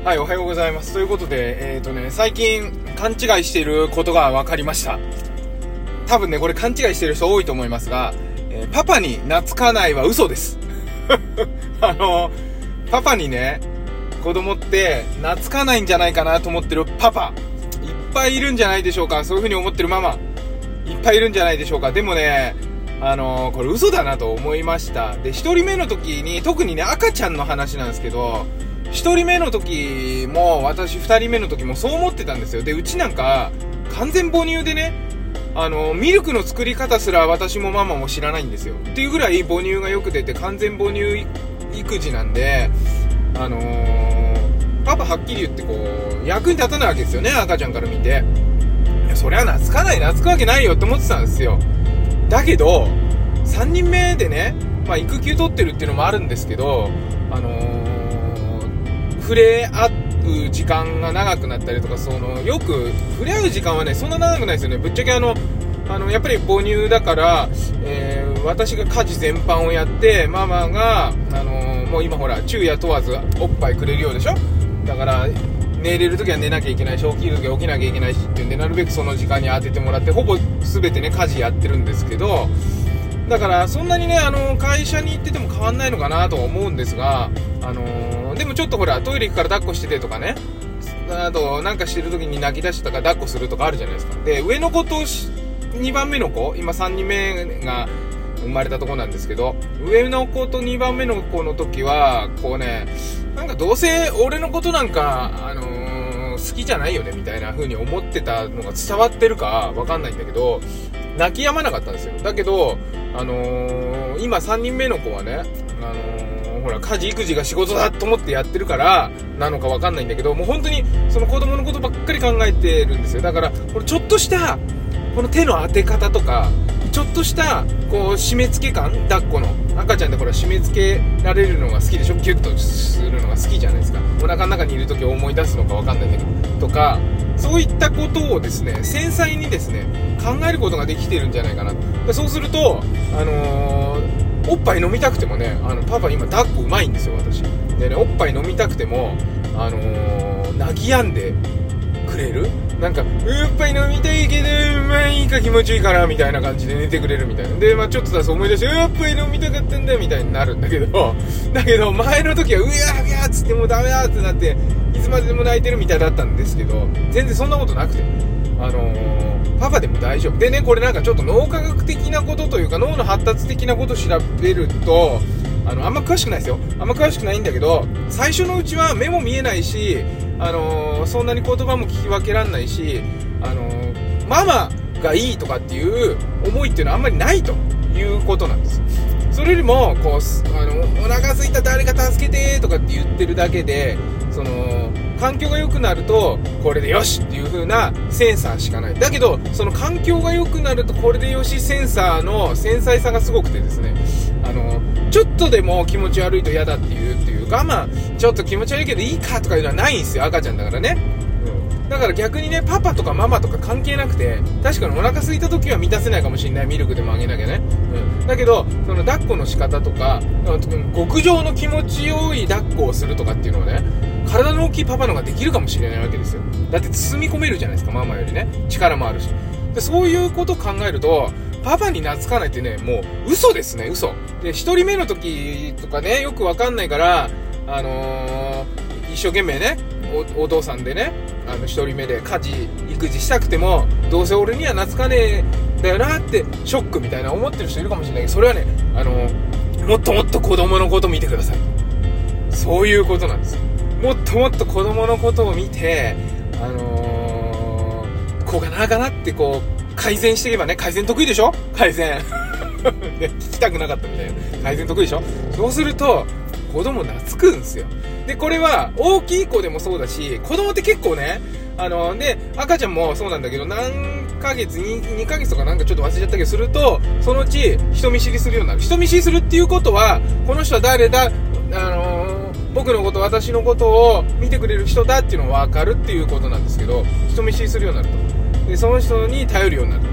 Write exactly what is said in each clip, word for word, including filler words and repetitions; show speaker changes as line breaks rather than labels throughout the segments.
はい、おはようございます。ということで、えーとね、最近勘違いしていることが分かりました。多分ね、これ勘違いしている人多いと思いますが、えー、パパに懐かないは嘘です。あの、パパにね、子供って懐かないんじゃないかなと思ってるパパ、いっぱいいるんじゃないでしょうか。そういう風に思ってるママ、いっぱいいるんじゃないでしょうか。でもね、あのー、これ嘘だなと思いました。で、一人目の時に、特にね、赤ちゃんの話なんですけど、一人目の時も私二人目の時もそう思ってたんですよ。で、うちなんか完全母乳でね、あのミルクの作り方すら私もママも知らないんですよっていうぐらい母乳がよく出て完全母乳育児なんで、あのー、パパはっきり言ってこう役に立たないわけですよね、赤ちゃんから見て。いや、そりゃ懐かない懐くわけないよって思ってたんですよ。だけどさんにんめでね、まあ、育休取ってるっていうのもあるんですけど、あのー触れ合う時間が長くなったりとか、そのよく触れ合う時間はねそんな長くないですよね。ぶっちゃけあのあのやっぱり母乳だから、えー、私が家事全般をやってママが、あのー、もう今ほら昼夜問わずおっぱいくれるようでしょ。だから寝れるときは寝なきゃいけないし、起きるときは起きなきゃいけないしっていうんで、なるべくその時間に当ててもらってほぼ全てね家事やってるんですけど、だからそんなにねあの会社に行ってても変わんないのかなとは思うんですが、あのーでもちょっとほらトイレ行くから抱っこしててとかね、あとなんかしてる時に泣き出したから抱っこするとかあるじゃないですか。で、上の子とにばんめの子、今さんにんめが生まれたとこなんですけど、上の子とにばんめの子の時はこうね、なんかどうせ俺のことなんかあのー、好きじゃないよねみたいな風に思ってたのが伝わってるかわかんないんだけど、泣き止まなかったんですよ。だけどあのー、今さんにんめの子はね、あのーほら家事育児が仕事だと思ってやってるからなのかわかんないんだけど、もう本当にその子供のことばっかり考えてるんですよ。だからこれちょっとしたこの手の当て方とか、ちょっとしたこう締め付け感、抱っこの赤ちゃんでこれ締め付けられるのが好きでしょ、ギュッとするのが好きじゃないですか。お腹の中にいる時思い出すのかわかんないんだけどとか、そういったことをですね繊細にですね考えることができてるんじゃないかな。そうするとあのーおっぱい飲みたくてもね、あのパパ今抱っこうまいんですよ私でね、おっぱい飲みたくても、あのー、泣き止んでくれる、なんかおっぱい飲みたいけどまあいいか気持ちいいからみたいな感じで寝てくれるみたいなで、まあちょっとだと思い出しておっぱい飲みたかったんだみたいになるんだけど、だけど前の時はうやうやっつってもうダメだってなっていつまででも泣いてるみたいだったんですけど、全然そんなことなくて、あのーパパでも大丈夫でね、これなんかちょっと脳科学的なことというか脳の発達的なことを調べると、あのあんま詳しくないですよ、あんま詳しくないんだけど、最初のうちは目も見えないし、あのー、そんなに言葉も聞き分けらんないし、あのー、ママがいいとかっていう思いっていうのはあんまりないということなんです。それよりもこうあのお腹空いた誰か助けてとかって言ってるだけで、その環境が良くなるとこれでよしっていう風なセンサーしかない。だけどその環境が良くなるとこれでよしセンサーの繊細さがすごくてですね、あのちょっとでも気持ち悪いと嫌だっていうっていうか、まあちょっと気持ち悪いけどいいかとかいうのはないんですよ、赤ちゃんだからね、うん、だから逆にねパパとかママとか関係なくて、確かにお腹空いた時は満たせないかもしれない、ミルクでもあげなきゃね、うん、だけどその抱っこの仕方とか極上の気持ちよい抱っこをするとかっていうのはね、体の大きいパパの方ができるかもしれないわけですよ。だって包み込めるじゃないですか、ママよりね力もあるし。でそういうことを考えるとパパに懐かないってね、もう嘘ですね、嘘で。一人目の時とかねよくわかんないから、あのー、一生懸命ね お, お父さんでね、あの一人目で家事育児したくてもどうせ俺には懐かねえだよなってショックみたいな思ってる人いるかもしれないけど、それはね、あのー、もっともっと子供のこと見てください、そういうことなんですよ。もっともっと子供のことを見て、あのー、こうかなかなってこう改善していけばね、改善得意でしょ改善聞きたくなかったみたいな、改善得意でしょ。そうすると子供懐くんですよ。でこれは大きい子でもそうだし、子供って結構ね、あのー、で赤ちゃんもそうなんだけど、何ヶ月 2, にかげつとかなんかちょっと忘れちゃったけどすると、そのうち人見知りするようになる。人見知りするっていうことはこの人は誰だ、あのー僕のこと、私のことを見てくれる人だっていうのが分かるっていうことなんですけど、人見知りするようになると。でその人に頼るようになる。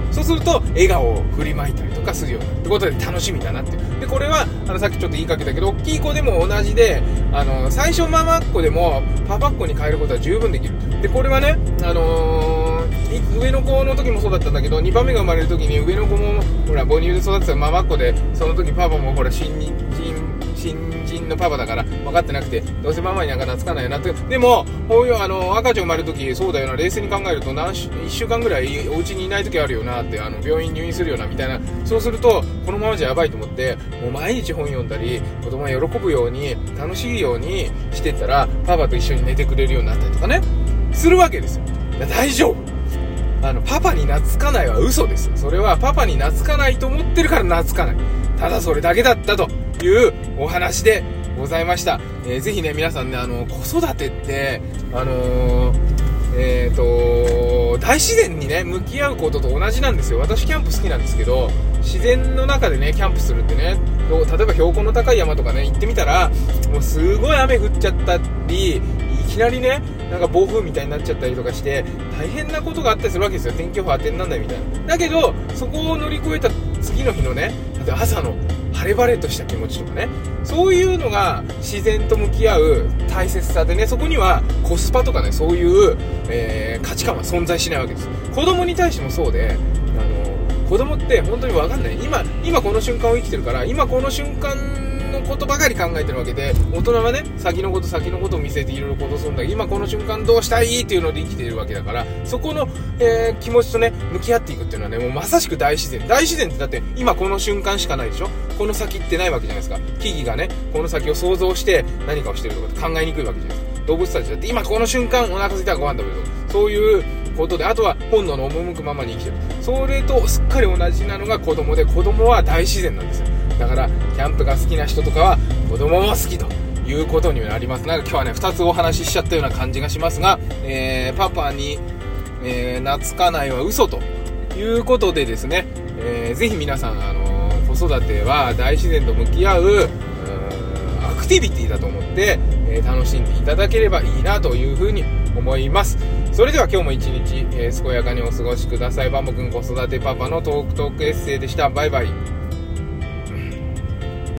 そうすると笑顔を振りまいたりとかするようになるってことで楽しみだなっていう。でこれはあのさっきちょっと言いかけたけど、大きい子でも同じで、あの最初ママっ子でもパパっ子に変えることは十分できる。でこれはね、あのー、上の子の時もそうだったんだけど、にばんめが生まれる時に上の子もほら母乳で育ってたママっ子で、その時パパもほら新人新人のパパだから分かってなくて、どうせママになんか懐かないよなって。でもこういうあの赤ちゃん生まれる時そうだよな、冷静に考えると何しいっしゅうかんぐらいお家にいない時あるよなって、あの病院入院するよなみたいな。そうするとこのままじゃやばいと思って、もう毎日本読んだり子供が喜ぶように楽しいようにしてったら、パパと一緒に寝てくれるようになったりとかねするわけですよ。大丈夫、あのパパに懐かないは嘘です。それはパパに懐かないと思ってるから懐かない、ただそれだけだったというお話でございました。えー、ぜひね皆さんね、あの子育てってあのー、えーと大自然にね向き合うことと同じなんですよ。私キャンプ好きなんですけど、自然の中でねキャンプするってね、例えば標高の高い山とかね行ってみたら、もうすごい雨降っちゃったり、いきなりねなんか暴風みたいになっちゃったりとかして大変なことがあったりするわけですよ。天気予報当てになんないみたいな。だけどそこを乗り越えた次の日のね、例えば朝の晴れ晴れとした気持ちとかね、そういうのが自然と向き合う大切さでね、そこにはコスパとかね、そういう、えー、価値観は存在しないわけです。子供に対してもそうで、あの子供って本当に分かんない。今今この瞬間を生きてるから、今この瞬間のことばかり考えてるわけで、大人はね先のこと先のことを見据えていろいろ行動するんだけど、今この瞬間どうしたいっていうので生きているわけだから、そこの、えー、気持ちとね向き合っていくっていうのはね、もうまさしく大自然。大自然ってだって今この瞬間しかないでしょ。この先ってないわけじゃないですか。木々がねこの先を想像して何かをしてるとかって考えにくいわけじゃないですか。動物たちだって今この瞬間お腹空いたらご飯食べるとか、そういうことで、あとは本能の赴くままに生きてる。それとすっかり同じなのが子供で、子供は大自然なんですよ。だからキャンプが好きな人とかは子供も好きということになります。なんか今日はねふたつお話ししちゃったような感じがしますが、えー、パパに、えー、懐かないは嘘ということでですね、えー、ぜひ皆さん、あのー、子育ては大自然と向き合う、うーん、アクティビティだと思って、えー、楽しんでいただければいいなというふうに思います。それでは今日も一日、えー、健やかにお過ごしください。バンボくん子育てパパのトークトークエッセイでした。バイバイ。